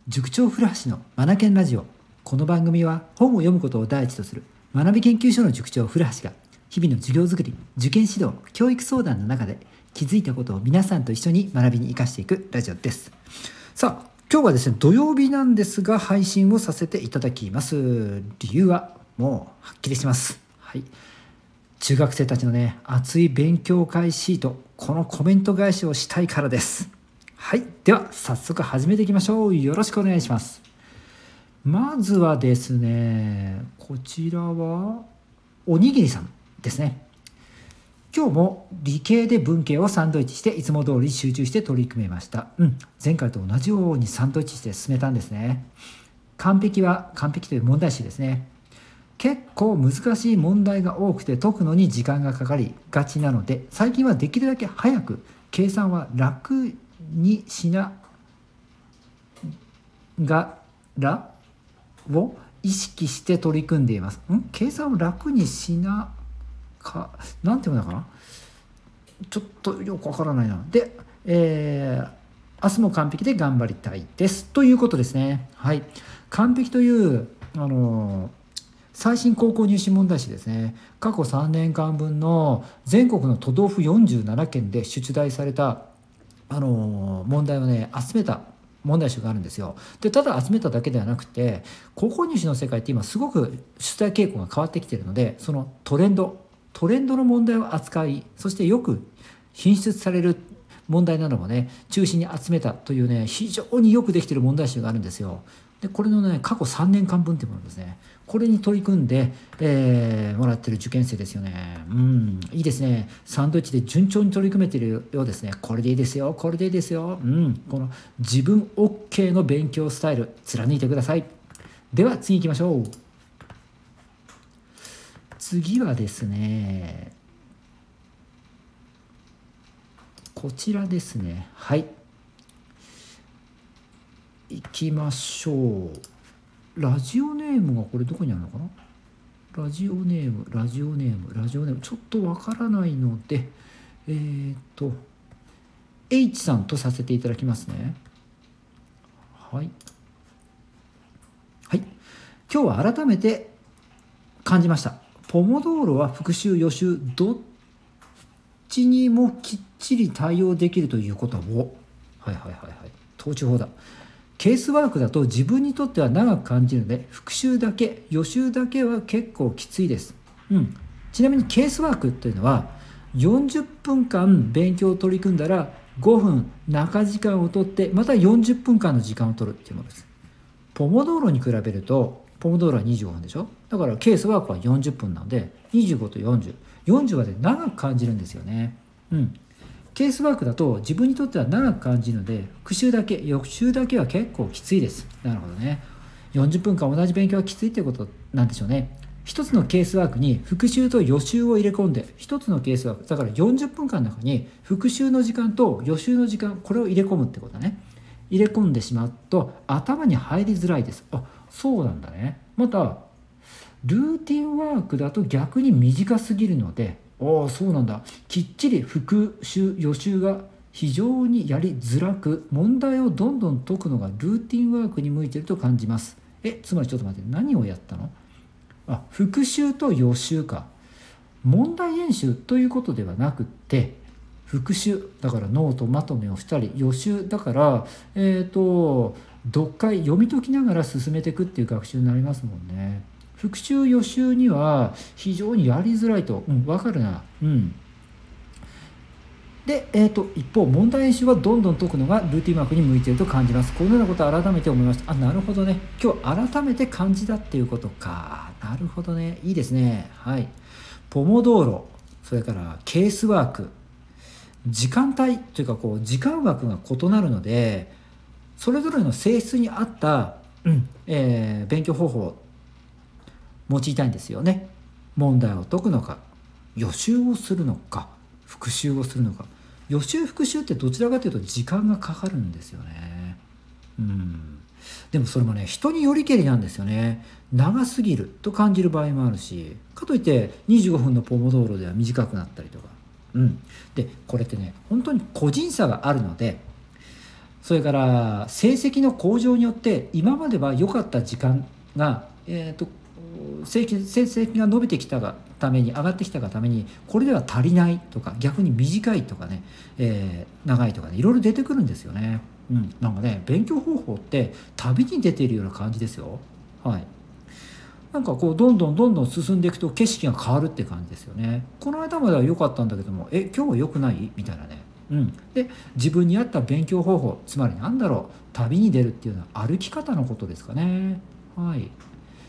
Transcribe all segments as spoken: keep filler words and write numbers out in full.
塾長古橋のマナケンラジオ。この番組は本を読むことを第一とする学び研究所の塾長古橋が日々の授業づくり、受験指導、教育相談の中で気づいたことを皆さんと一緒に学びに生かしていくラジオです。さあ、今日はですね、土曜日なんですが配信をさせていただきます。理由はもうはっきりします。はい。中学生たちのね、熱い勉強会シート、このコメント返しをしたいからです。はい。では、早速始めていきましょう。よろしくお願いします。まずはですね、こちらは、おにぎりさんですね。今日も理系で文系をサンドイッチして、いつも通り集中して取り組めました。うん。前回と同じようにサンドイッチして進めたんですね。完璧は、完璧という問題集ですね。結構難しい問題が多くて解くのに時間がかかりがちなので、最近はできるだけ早く計算は楽にしながらを意識して取り組んでいます。ん計算を楽にしなか、なんていうのかな、ちょっとよくわからないな。で、えー、明日も完璧で頑張りたいですということですね。はい。完璧というあの最新高校入試問題集ですね。過去さんねんかんぶんの全国の都道府よんじゅうななけんで出題されたあの問題をね集めた問題集があるんですよ。でただ集めただけではなくて、高校入試の世界って今すごく出題傾向が変わってきているので、そのトレンドトレンドの問題を扱い、そしてよく品質される問題などもね中心に集めたというね、非常によくできている問題集があるんですよ。でこれのね過去さんねんかんぶんというものですね。これに取り組んで、えー、もらってる受験生ですよね。うん、いいですね。サンドイッチで順調に取り組めているようですね。これでいいですよ。これでいいですよ。うん、この自分 OK の勉強スタイル貫いてください。では次行きましょう。次はですね、こちらですね。はい。行きましょう。ラジオネームがこれどこにあるのかな。ラジオネーム、ラジオネーム、ラジオネーム、ちょっとわからないので、えーっと、H さんとさせていただきますね。はい。はい。今日は改めて感じました。ポモドーロは復習、予習、どっちにもきっちり対応できるということを、はいはいはいはい。統治法だ。ケースワークだと自分にとっては長く感じるので、復習だけ、予習だけは結構きついです。うん。ちなみにケースワークというのは、よんじゅっぷんかん勉強を取り組んだら、ごふん中時間を取って、またよんじゅっぷんかんの時間を取るっていうものです。ポモドーロに比べると、ポモドーロはにじゅうごふんでしょ。だからケースワークはよんじゅっぷんなので、にじゅうごとよんじゅう。よんじゅうはで長く感じるんですよね。うん。ケースワークだと自分にとっては長く感じるので、復習だけ、翌週だけは結構きついです。なるほどね。よんじゅっぷんかん同じ勉強はきついってことなんでしょうね。一つのケースワークに復習と予習を入れ込んで、一つのケースワーク、だからよんじゅっぷんかんの中に復習の時間と予習の時間、これを入れ込むってことだね。入れ込んでしまうと頭に入りづらいです。あ、そうなんだね。また、ルーティンワークだと逆に短すぎるので、ああそうなんだ、きっちり復習予習が非常にやりづらく、問題をどんどん解くのがルーティンワークに向いていると感じます。えつまりちょっと待って、何をやったの。あ、復習と予習か。問題演習ということではなくって、復習だからノートまとめをしたり、予習だからえっ、ー、と読解読み解きながら進めていくっていう学習になりますもんね。復習予習には非常にやりづらいと、うん、分かるな。うん。で、えーと、一方、問題演習はどんどん解くのがルーティンワークに向いていると感じます。このようなことを改めて思いました。あ、なるほどね。今日改めて感じたっていうことか。なるほどね。いいですね。はい。ポモドーロ、それからケースワーク、時間帯というかこう時間枠が異なるので、それぞれの性質に合った、うんえー、勉強方法を用いたいんですよね。問題を解くのか、予習をするのか、復習をするのか。予習復習ってどちらかというと時間がかかるんですよね。うん。でもそれもね、人によりけりなんですよね。長すぎると感じる場合もあるし、かといってにじゅうごふんのポモドーロでは短くなったりとか。うん。で、これってね、本当に個人差があるので、 それから成績の向上によって今までは良かった時間が、えーと成績成績が伸びてきたがために上がってきたがためにこれでは足りないとか逆に短いとかね、えー長いとかねいろいろ出てくるんですよね。うん、なんかね勉強方法って旅に出ているような感じですよ。はい。なんかこうどんどんどんどん進んでいくと景色が変わるって感じですよね。この間までは良かったんだけども、え今日は良くないみたいなね。うん、で自分に合った勉強方法、つまりなんだろう、旅に出るっていうのは歩き方のことですかね。はい。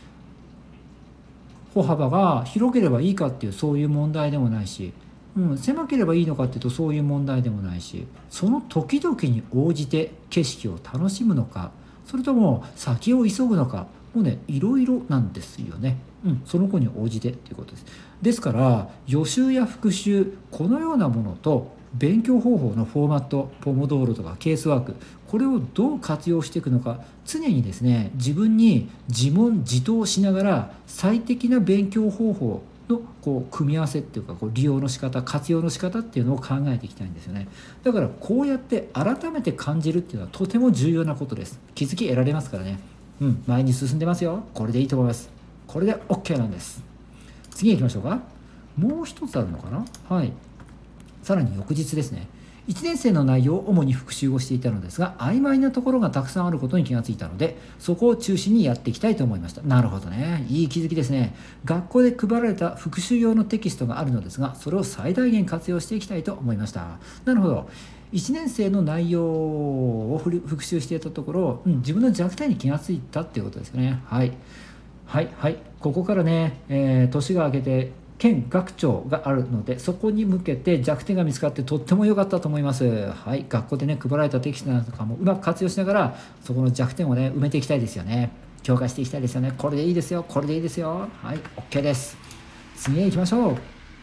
歩幅が広ければいいかっていうそういう問題でもないし、うん、狭ければいいのかっていうとそういう問題でもないし、その時々に応じて景色を楽しむのか、それとも先を急ぐのか、もうねいろいろなんですよね。うん、その子に応じてっていうことです。ですから予習や復習このようなものと勉強方法のフォーマット、ポモドーロとかケースワーク、これをどう活用していくのか、常にですね自分に自問自答しながら最適な勉強方法のこう組み合わせっていうかこう利用の仕方、活用の仕方っていうのを考えていきたいんですよね。だからこうやって改めて感じるっていうのはとても重要なことです。気づき得られますからね。うん、前に進んでますよ。これでいいと思います。これで OK なんです。次行きましょうか。もう一つあるのかな。はい。さらに翌日ですね。いちねん生の内容を主に復習をしていたのですが、曖昧なところがたくさんあることに気がついたので、そこを中心にやっていきたいと思いました。なるほどね。いい気づきですね。学校で配られた復習用のテキストがあるのですが、それを最大限活用していきたいと思いました。なるほど。いちねん生の内容を復習していたところ、うん、自分の弱点に気がついたっていうことですよね。はい。はいはい。ここからね、えー年が明けて、県学長があるのでそこに向けて弱点が見つかってとっても良かったと思います。はい、学校でね配られたテキストなんかもうまく活用しながらそこの弱点をね埋めていきたいですよね。強化していきたいですよね。これでいいですよ。これでいいですよ。はい、 OK です。次へ行きましょう。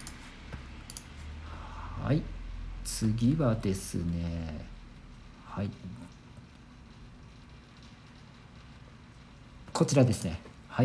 はい、次はですね、はい、こちらですね。はい。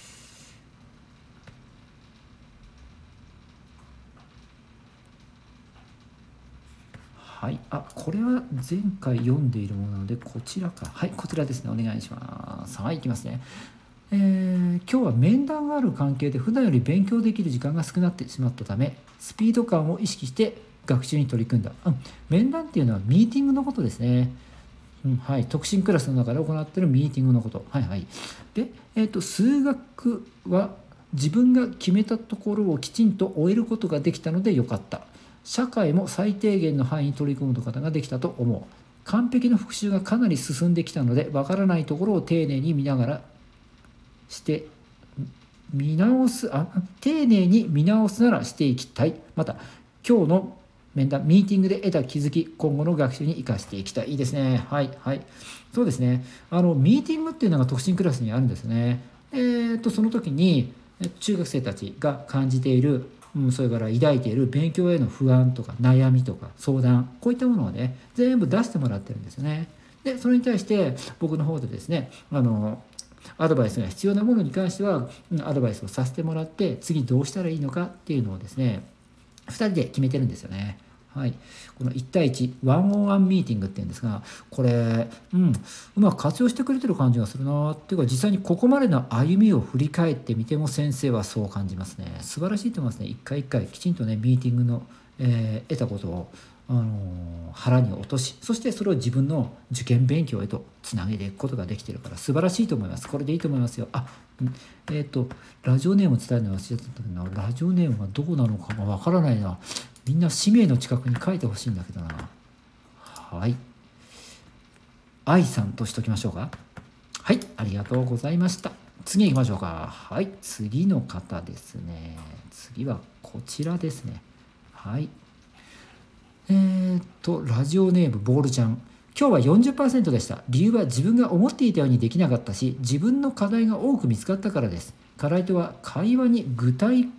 はい、あ、これは前回読んでいるものなのでこちらか。はい、こちらですね。お願いします。はい、いきますね。えー今日は面談がある関係で普段より勉強できる時間が少なくなってしまったためスピード感を意識して学習に取り組んだ、うん、面談っていうのはミーティングのことですね。うん、はい、特進クラスの中で行っているミーティングのこと。はいはい。で、えっと、数学は自分が決めたところをきちんと終えることができたのでよかった。社会も最低限の範囲に取り組むことができたと思う。完璧な復習がかなり進んできたので、わからないところを丁寧に見ながらして見直すあ丁寧に見直すならしていきたい。また今日の面談ミーティングで得た気づき今後の学習に生かしていきたい。いいですね。はいはい。そうですね。あのミーティングっていうのが特進クラスにあるんですね。えー、とその時に中学生たちが感じている、うん、それから抱いている勉強への不安とか悩みとか相談、こういったものをね全部出してもらってるんですよね。でそれに対して僕の方でですね、あのアドバイスが必要なものに関してはアドバイスをさせてもらって次どうしたらいいのかっていうのをですねふたりで決めてるんですよね。はい、このいち対いちワンオンワンミーティングっていうんですが、これ、うん、うまく活用してくれてる感じがするなっていうか、実際にここまでの歩みを振り返ってみても先生はそう感じますね。素晴らしいと思いますね。一回一回きちんとねミーティングの、えー得たことをあの腹に落とし、そしてそれを自分の受験勉強へとつなげていくことができているから素晴らしいと思います。これでいいと思いますよ。あ、えっ、ー、とラジオネーム伝えるの忘れてたんだけどな、ラジオネームがどうなのかがわからないな。みんな氏名の近くに書いてほしいんだけどな。はい。愛さんとしときましょうか。はい、ありがとうございました。次行きましょうか。はい、次の方ですね。次はこちらですね。はい。えー、っと、ラジオネームボールちゃん。今日は よんじゅっパーセント でした。理由は自分が思っていたようにできなかったし、自分の課題が多く見つかったからです。課題とは会話に具体、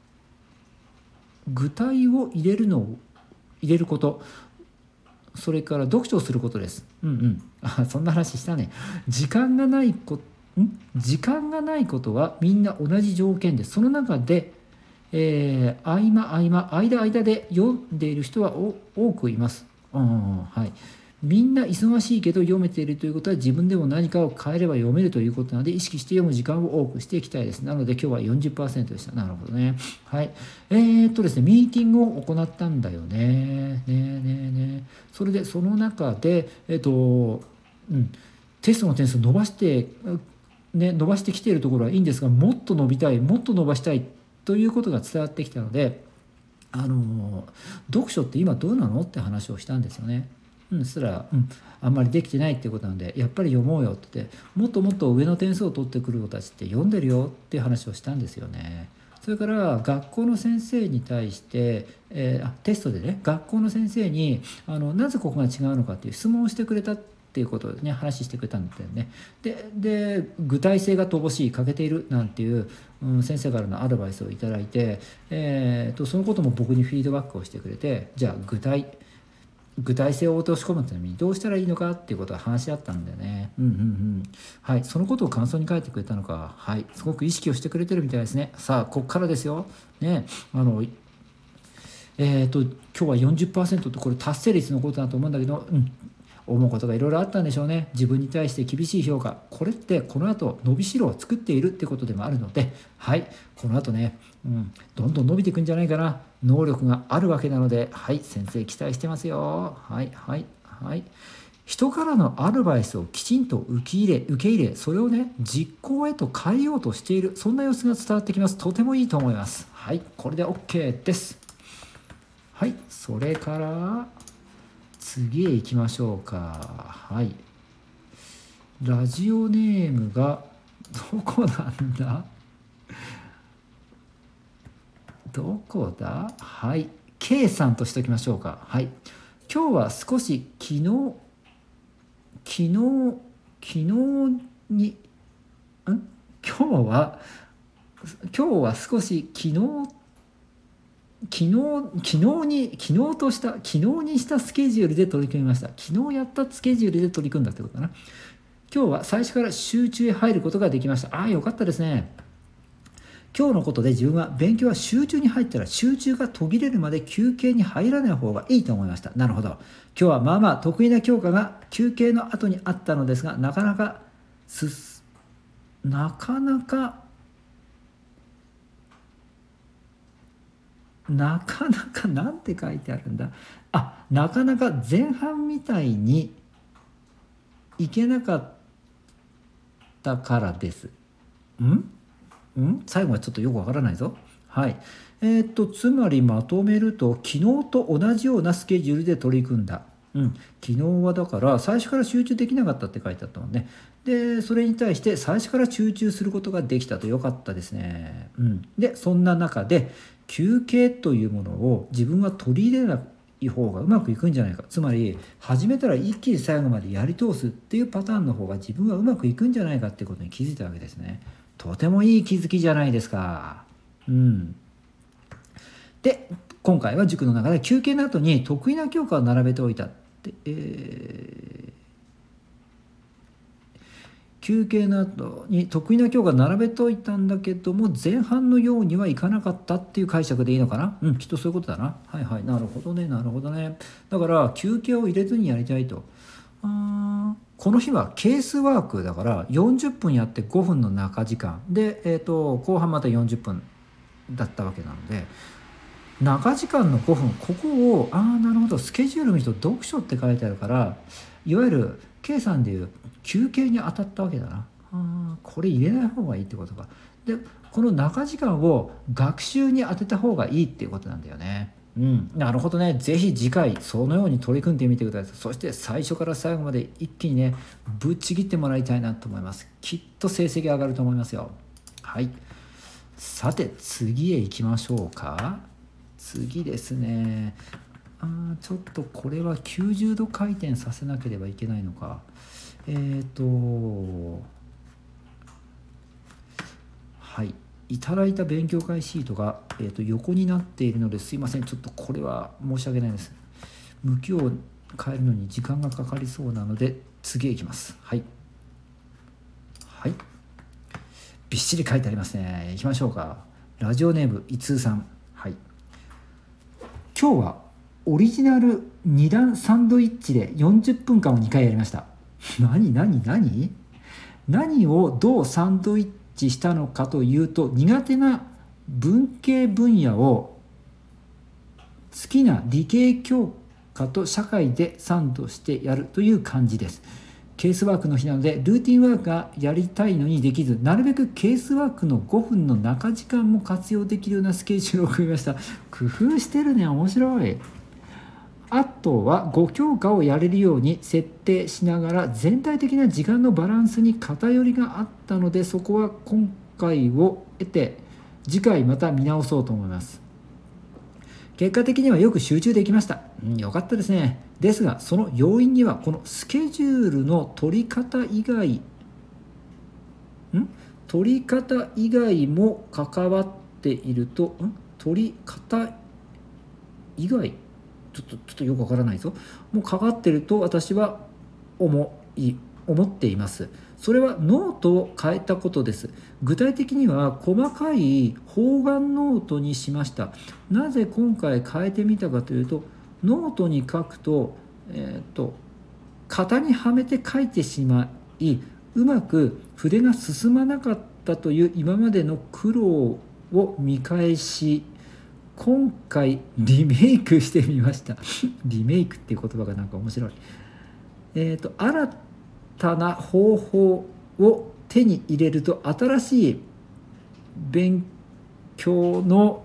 具体を入れるのを入れること。それから読書をすることです。うんうん。あ、そんな話したね。時間がないこ、ん時間がないことはみんな同じ条件です。その中で、えー、合間合間間間で読んでいる人は多くいます。うん、はい。 みんな忙しいけど読めているということは自分でも何かを変えれば読めるということなので意識して読む時間を多くしていきたいです。なので今日は よんじゅっパーセント でした。なるほどね。はい。えー、っとですね、ミーティングを行ったんだよね。ねえねえねえ。それでその中で、えー、っと、うん、テストの点数伸ばして、ね、伸ばしてきているところはいいんですが、もっと伸びたい、もっと伸ばしたいということが伝わってきたので、あの読書って今どうなのって話をしたんですよね。うん、そしたら、うん、あんまりできてないっていうことなんでやっぱり読もうよって言ってもっともっと上の点数を取ってくる子たちって読んでるよっていう話をしたんですよね。それから学校の先生に対して、えー、あテストでね学校の先生にあのなぜここが違うのかっていう質問をしてくれたっていうことをね話してくれたんだよね。でで具体性が乏しい欠けているなんていう、うん、先生からのアドバイスをいただいて、えー、とそのことも僕にフィードバックをしてくれてじゃあ具体具体性を落とし込むためにどうしたらいいのかっていうことを話し合ったんだよね。うんうんうん。はい。そのことを感想に書いてくれたのか。はい。すごく意識をしてくれてるみたいですね。さあ、こっからですよ。ね。あの、えっと、今日は よんじゅっパーセント とこれ達成率のことだと思うんだけど、うん。思うことがいろいろあったんでしょうね。自分に対して厳しい評価。これってこの後伸びしろを作っているってことでもあるので、はい。この後ね、うん、どんどん伸びていくんじゃないかな。能力があるわけなので、はい。先生期待してますよ。はいはいはい。人からのアドバイスをきちんと受け入れ、受け入れ、それをね、実行へと変えようとしている、そんな様子が伝わってきます。とてもいいと思います。はい。これで OK です。はい。それから、次へ行きましょうか。はい。ラジオネームがどこなんだどこだはい。K さんとしておきましょうか。はい。今日は少し昨日、昨日、昨日に、ん今日は、今日は少し昨日、昨日、昨日に、昨日とした、昨日にしたスケジュールで取り組みました。昨日やったスケジュールで取り組んだってことかな。今日は最初から集中へ入ることができました。ああ、よかったですね。今日のことで自分は勉強は集中に入ったら集中が途切れるまで休憩に入らない方がいいと思いました。なるほど。今日はまあまあ得意な教科が休憩の後にあったのですが、なかなかす、なかなか、なかなか、なんて書いてあるんだ。あ、なかなか前半みたいにいけなかったからです。んん最後はちょっとよくわからないぞ。はい。えーっと、つまりまとめると、昨日と同じようなスケジュールで取り組んだ。うん。昨日はだから、最初から集中できなかったって書いてあったもんね。で、それに対して最初から集中することができたとよかったですね。うん。で、そんな中で、休憩というものを自分は取り入れない方がうまくいくんじゃないか。つまり、始めたら一気に最後までやり通すっていうパターンの方が自分はうまくいくんじゃないかっていうことに気づいたわけですね。とてもいい気づきじゃないですか。うん。で、今回は塾の中で休憩の後に得意な教科を並べておいたって、えー、休憩の後に得意な教科を並べておいたんだけども、前半のようにはいかなかったっていう解釈でいいのかな。うん、きっとそういうことだな。はいはい、なるほどね、なるほどね。だから休憩を入れずにやりたいと。あこの日はケースワークだからよんじゅっぷんやってごふんの中時間で、えーと、後半またよんじゅっぷんだったわけなので中時間のごふんここをああなるほどスケジュール見ると読書って書いてあるからいわゆる K さんでいう休憩に当たったわけだな。あこれ入れない方がいいってことか。でこの中時間を学習に当てた方がいいっていうことなんだよね。うん、なるほどね。ぜひ次回そのように取り組んでみてください。そして最初から最後まで一気にねぶっちぎってもらいたいなと思います。きっと成績上がると思いますよ。はい。さて次へ行きましょうか。次ですね。あちょっとこれはきゅうじゅうど回転させなければいけないのか。えっ、ー、とはいいただいた勉強会シートが、えー、と横になっているのですいませんちょっとこれは申し訳ないです。向きを変えるのに時間がかかりそうなので次へ行きます。はいはいびっしり書いてありますね。行きましょうか。ラジオネームいつうさん。はい今日はオリジナルに段サンドイッチでよんじゅっぷんかんをにかいやりました。何何何何をどうサンドイッチしたのかというと、苦手な文系分野を好きな理系教科と社会でサンドしてやるという感じです。ケースワークの日なのでルーティンワークがやりたいのにできず、なるべくケースワークのごふんの中時間も活用できるようなスケジュールを組みました。工夫してるね、面白い。あとはご教科をやれるように設定しながら、全体的な時間のバランスに偏りがあったので、そこは今回を得て次回また見直そうと思います。結果的にはよく集中できました。うん、よかったですね。ですがその要因にはこのスケジュールの取り方以外ん取り方以外も関わっているとん取り方以外ちょっとちょっとよくわからないぞ。もう関わっていると私は思い思っています。それはノートを変えたことです。具体的には細かい方眼ノートにしました。なぜ今回変えてみたかというと、ノートに書くと、えー、と型にはめて書いてしまい、うまく筆が進まなかったという今までの苦労を見返し、今回リメイクしてみました。リメイクっていう言葉がなんか面白い。えー、と新たな方法を手に入れると、新しい勉強の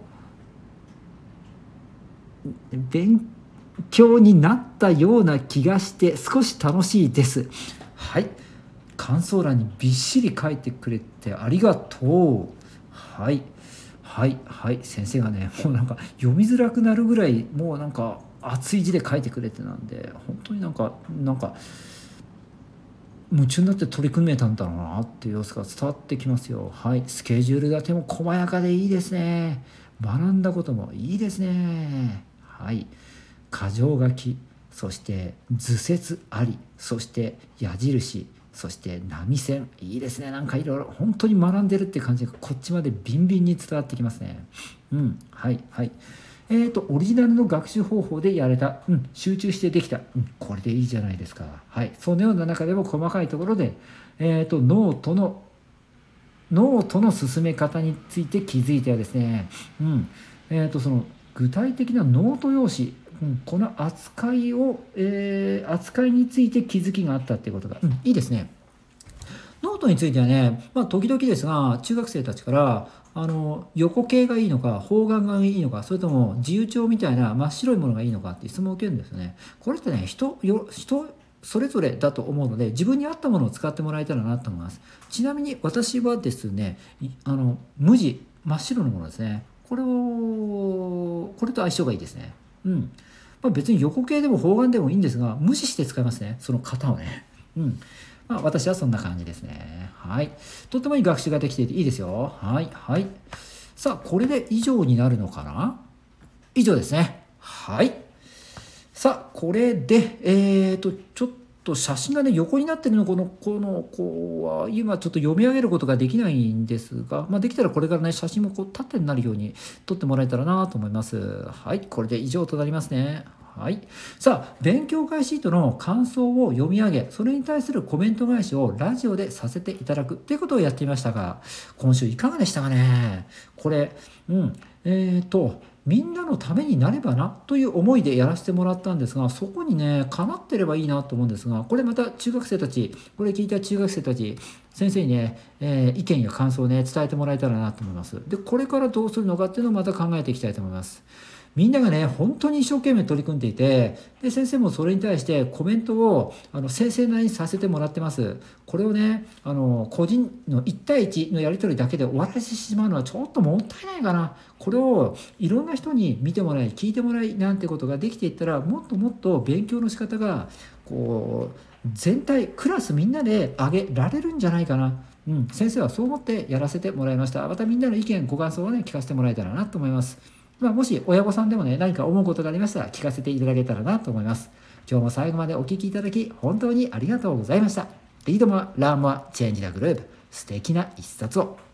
勉強になったような気がして少し楽しいです。はい、感想欄にびっしり書いてくれてありがとう。はいはいはい、先生がね、もうなんか読みづらくなるぐらい、もうなんか熱い字で書いてくれて、なんで本当になんかなんか夢中になって取り組めたんだろうなっていう様子が伝わってきますよ。はい、スケジュール立ても細やかでいいですね。学んだこともいいですね。はい、箇条書き、そして図説あり、そして矢印、そして波線、いいですね。なんかいろいろ本当に学んでるって感じがこっちまでビンビンに伝わってきますね。うん、はいはい。えーと、オリジナルの学習方法でやれた、うん、集中してできた、うん、これでいいじゃないですか。はい、そのような中でも細かいところで、えーと、ノートのノートの進め方について気づいてはですね、うんえーと、その具体的なノート用紙、うん、この扱いを、えー、扱いについて気づきがあったっていうことが、うん、いいですね。ノートについてはね、まあ、時々ですが中学生たちからあの横形がいいのか方眼がいいのか、それとも自由帳みたいな真っ白いものがいいのかって質問を受けるんですよね。これってね、人よ人それぞれだと思うので、自分に合ったものを使ってもらえたらなと思います。ちなみに私はですね、あの無地真っ白のものですね。これをこれと相性がいいですね。うん。まあ、別に横形でも方眼でもいいんですが、無視して使いますね、その型をね。うん。まあ、私はそんな感じですね。はい。とってもいい学習ができていていいですよ。はいはい。さあ、これで以上になるのかな？以上ですね。はい。さあ、これで、えーと、ちょっと写真がね、横になってるの、この、この子は、今ちょっと読み上げることができないんですが、まあ、できたらこれからね、写真もこう縦になるように撮ってもらえたらなと思います。はい。これで以上となりますね。はい、さあ勉強会シートの感想を読み上げ、それに対するコメント返しをラジオでさせていただくということをやってみましたが、今週いかがでしたかね。これ、うん、えーとみんなのためになればなという思いでやらせてもらったんですが、そこにねかなってればいいなと思うんですが、これまた中学生たち、これ聞いた中学生たち、先生にね、えー、意見や感想をね伝えてもらえたらなと思います。でこれからどうするのかっていうのをまた考えていきたいと思います。みんながね本当に一生懸命取り組んでいて、で先生もそれに対してコメントをあの先生なりにさせてもらってます。これをねあの個人のいち対いちのやり取りだけで終わらせてしまうのはちょっともったいないかな。これをいろんな人に見てもらい聞いてもらいなんてことができていったら、もっともっと勉強の仕方がこう全体クラスみんなで上げられるんじゃないかな。うん、先生はそう思ってやらせてもらいました。またみんなの意見ご感想をね聞かせてもらえたらなと思います。まあ、もし親御さんでもね何か思うことがありましたら聞かせていただけたらなと思います。今日も最後までお聞きいただき本当にありがとうございました。リードモアラーンモアチェンジザグループ、素敵な一冊を。